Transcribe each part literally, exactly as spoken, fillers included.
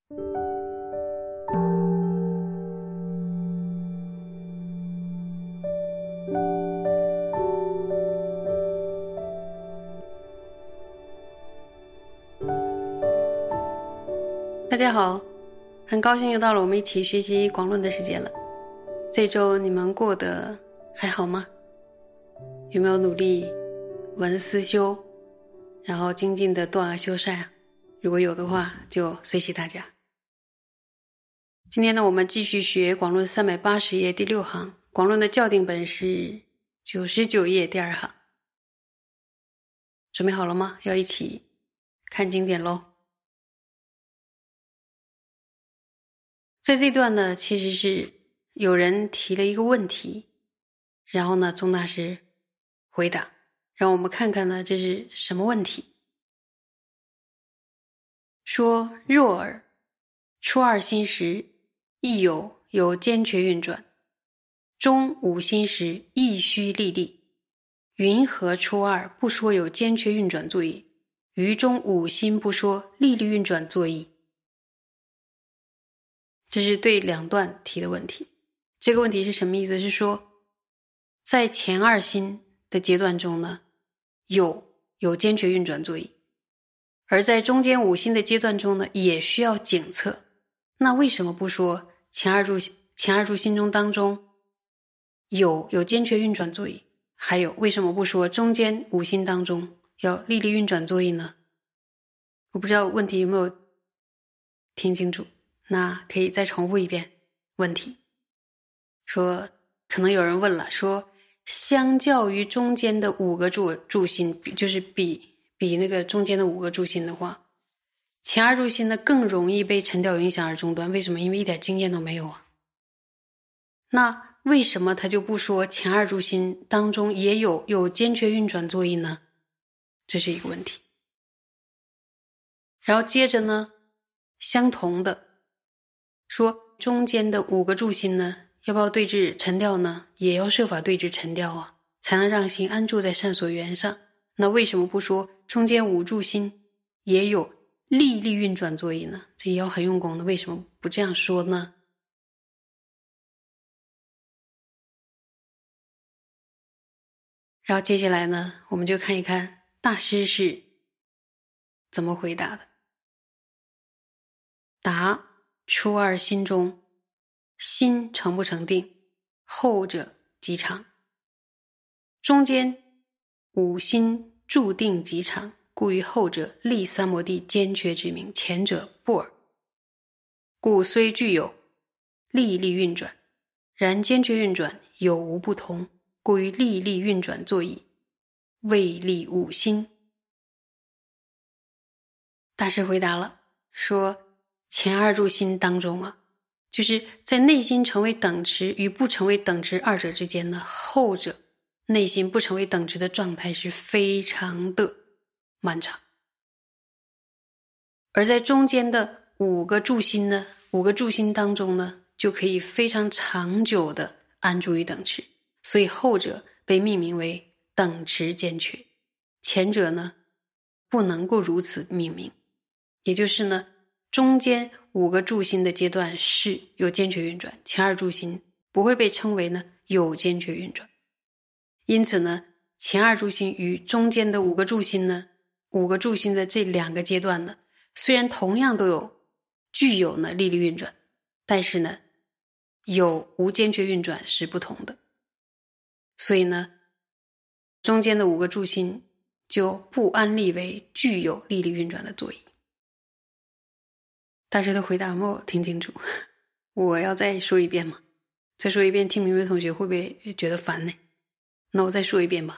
大家好，很高兴又到了我们一起学习广论的时间了。这周你们过得还好吗？有没有努力闻思修，然后精进的断恶修善啊？如果有的话，就随喜大家。今天呢，我们继续学广论三百八十页第六行，广论的校订本是九十九页第二行。准备好了吗？要一起看经典咯。在这段呢，其实是有人提了一个问题，然后呢，宗大师回答，让我们看看呢，这是什么问题。说若尔，初二心时亦有有坚决运转，中五心时亦须历历，云何初二不说有坚决运转作意，于中五心不说历历运转作意？这是对两段提的问题。这个问题是什么意思？是说在前二心的阶段中呢，有有坚决运转作意，而在中间五心的阶段中呢，也需要检测。那为什么不说前二住前二住心中当中有有坚决运转作意？还有为什么不说中间五心当中要历历运转作意呢？我不知道问题有没有听清楚，那可以再重复一遍问题。说可能有人问了，说相较于中间的五个住住心，就是比比那个中间的五个住心的话，前二住心呢更容易被沉掉影响而中断。为什么？因为一点经验都没有啊。那为什么他就不说前二住心当中也有有坚决运转作意呢？这是一个问题。然后接着呢，相同的说中间的五个住心呢，要不要对治沉掉呢？也要设法对治沉掉啊，才能让心安住在善所缘上。那为什么不说中间五住心也有历历运转作意呢？这也要很用功的，为什么不这样说呢？然后接下来呢，我们就看一看大师是怎么回答的。答：初二心中心成不成定，后者极长；中间五心注定极长，故于后者立三摩地坚决之名，前者不尔。故虽具有历历运转，然坚决运转有无不同，故于历历运转作意，未立五心。大师回答了，说前二住心当中啊，就是在内心成为等持与不成为等持二者之间呢，后者内心不成为等持的状态是非常的漫长。而在中间的五个住心呢，五个住心当中呢，就可以非常长久的安住于等持，所以后者被命名为等持坚决，前者呢不能够如此命名。也就是呢，中间五个住心的阶段是有坚决运转，前二住心不会被称为呢有坚决运转。因此呢，前二住心与中间的五个住心呢，五个住心的这两个阶段呢，虽然同样都有具有呢历历运转，但是呢有无坚决运转是不同的。所以呢，中间的五个住心就不安立为具有历历运转的作意。大师的回答有没有听清楚？我要再说一遍吗？再说一遍，听明白的同学会不会觉得烦呢？那我再说一遍吧。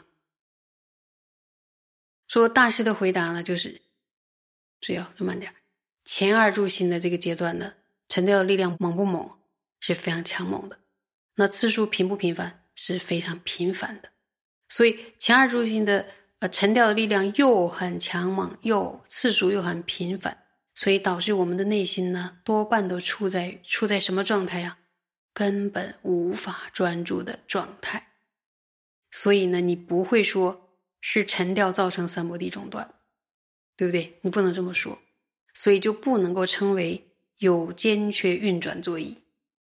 说大师的回答呢，就是只要就慢点，前二住心的这个阶段呢，沉掉的力量猛不猛？是非常强猛的。那次数频不频繁？是非常频繁的。所以前二住心的呃沉掉的力量又很强猛，又次数又很频繁，所以导致我们的内心呢，多半都处在处在什么状态呀？根本无法专注的状态。所以呢，你不会说是沉掉造成三摩地中断，对不对？你不能这么说，所以就不能够称为有坚缺运转作意。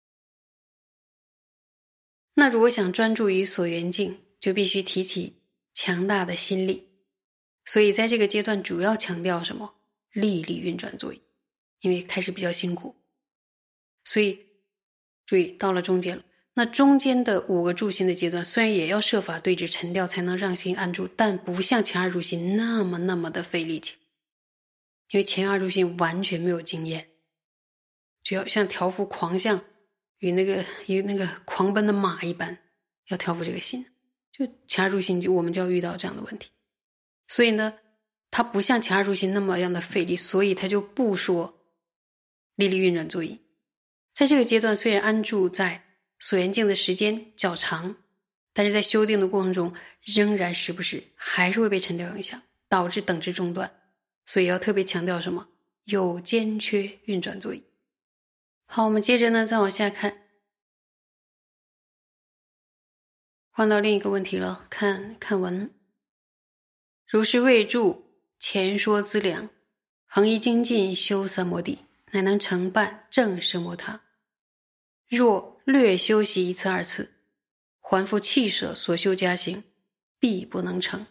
那如果想专注于所缘境，就必须提起强大的心力。所以在这个阶段主要强调什么？力力运转作意，因为开始比较辛苦。所以注意到了中间了，那中间的五个助心的阶段虽然也要设法对治沉掉才能让心安住，但不像前二助心那么那么的费力气。因为前二助心完全没有经验，就要像调伏狂象与那个与那个狂奔的马一般，要调伏这个心。就前二助心就我们就要遇到这样的问题。所以呢，它不像前二助心那么样的费力，所以它就不说力力运转作意。在这个阶段虽然安住在所缘境的时间较长，但是在修订的过程中仍然时不时还是会被沉掉影响，导致等值中断。所以要特别强调什么？有坚缺运转作意。好，我们接着呢再往下看，换到另一个问题了，看看文。如是未著前说资粮，恒一精进修三摩地，乃能成办正奢摩他。若略修习一次二次，还复弃舍所修加行，必不能成。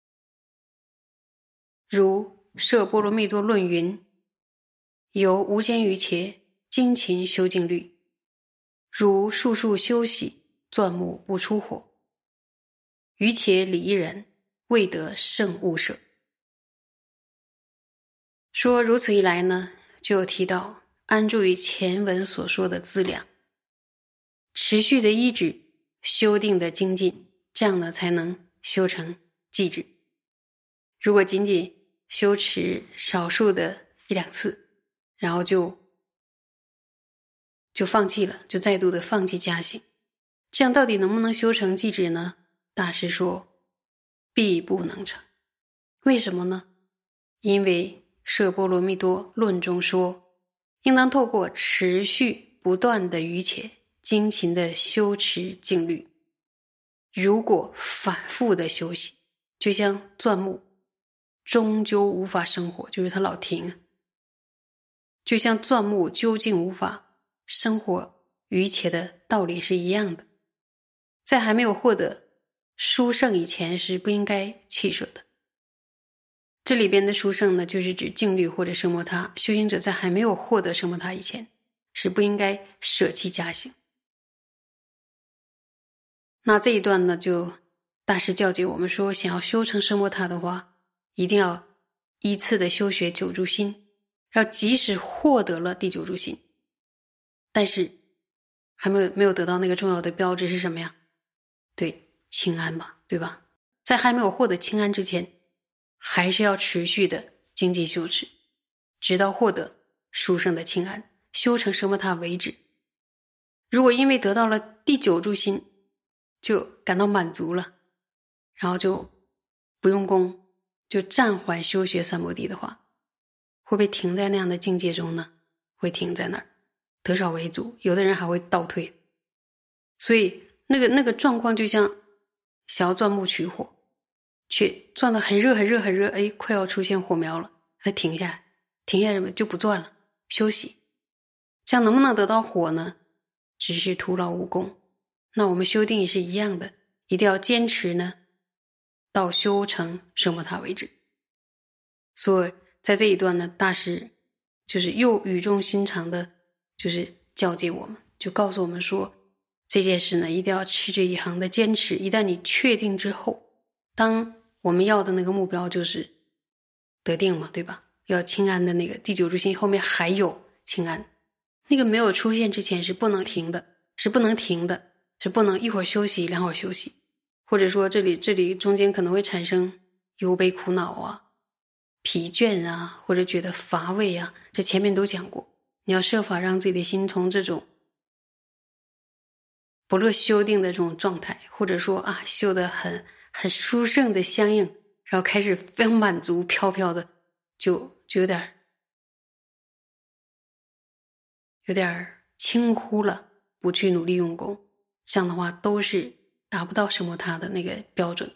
如摄波罗蜜多论云，由无间于伽精勤修静虑，如数数修习，钻木不出火，于伽礼一人，未得胜物舍。说如此一来呢，就有提到安住于前文所说的资粮，持续的依止，修订的精进，这样呢才能修成寂止。如果仅仅修持少数的一两次，然后就就放弃了，就再度的放弃加行，这样到底能不能修成寂止呢？大师说必不能成。为什么呢？因为摄波罗蜜多论中说，应当透过持续不断的于且精勤的修持静虑，如果反复的修习，就像钻木终究无法生火，就是它老停，就像钻木究竟无法生火于且的道理是一样的。在还没有获得殊胜以前是不应该弃舍的。这里边的殊胜呢，就是指静虑或者奢摩他。修行者在还没有获得奢摩他以前是不应该舍弃加行。那这一段呢，就大师教诫我们说，想要修成奢摩他的话，一定要依次的修学九住心，然后即使获得了第九住心，但是还没有没有得到那个重要的标志是什么呀？对，清安嘛，对吧？在还没有获得清安之前，还是要持续的精进修持，直到获得殊胜的清安，修成奢摩他为止。如果因为得到了第九住心就感到满足了，然后就不用功，就暂缓修学三摩地的话，会不会停在那样的境界中呢？会停在那儿，得少为足，有的人还会倒退。所以那个那个状况就像想要钻木取火，却钻得很热很热很热，哎，快要出现火苗了，才停下来，停下来什么就不钻了，休息。这样能不能得到火呢？只是徒劳无功。那我们修定也是一样的，一定要坚持呢，到修成奢摩他为止。所以在这一段呢，大师就是又语重心长的，就是教诫我们，就告诉我们说，这件事呢一定要持之以恒的坚持。一旦你确定之后，当我们要的那个目标就是得定嘛，对吧？要清安的那个第九住心后面还有清安，那个没有出现之前是不能停的，是不能停的，是不能一会儿休息两会儿休息，或者说这里这里中间可能会产生忧悲苦恼啊、疲倦啊，或者觉得乏味啊，这前面都讲过。你要设法让自己的心从这种不乐修定的这种状态，或者说啊修得很很殊胜的相应，然后开始非常满足飘飘的，就就有点有点轻忽了，不去努力用功，这样的话都是达不到奢摩他的那个标准。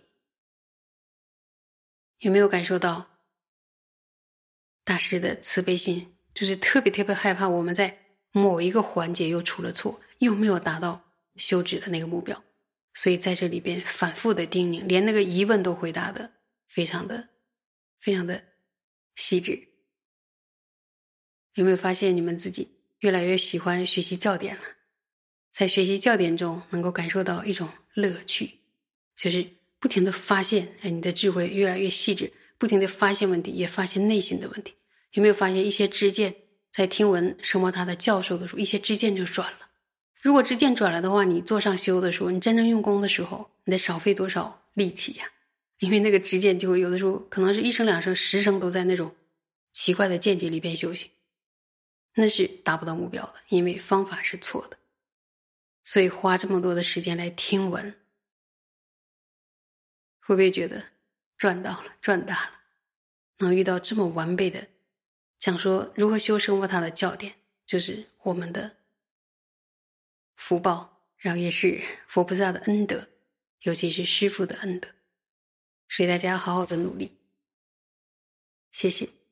有没有感受到大师的慈悲心就是特别特别害怕我们在某一个环节又出了错，又没有达到修止的那个目标，所以在这里边反复的叮咛，连那个疑问都回答的非常的非常的细致。有没有发现你们自己越来越喜欢学习教典了？在学习教典中能够感受到一种乐趣，就是不停的发现，哎，你的智慧越来越细致，不停的发现问题，也发现内心的问题。有没有发现一些支箭在听闻圣摩他的教授的时候，一些支箭就转了？如果支箭转了的话，你坐上修的时候，你真正用功的时候，你得少费多少力气呀、啊？因为那个支箭就会有的时候可能是一声两声十声都在那种奇怪的见解里边修行，那是达不到目标的，因为方法是错的。所以花这么多的时间来听闻，会不会觉得赚到了，赚大了？能遇到这么完备的讲说如何修圣摩他的教典，就是我们的福报，然后也是佛菩萨的恩德，尤其是师父的恩德。所以大家好好的努力，谢谢。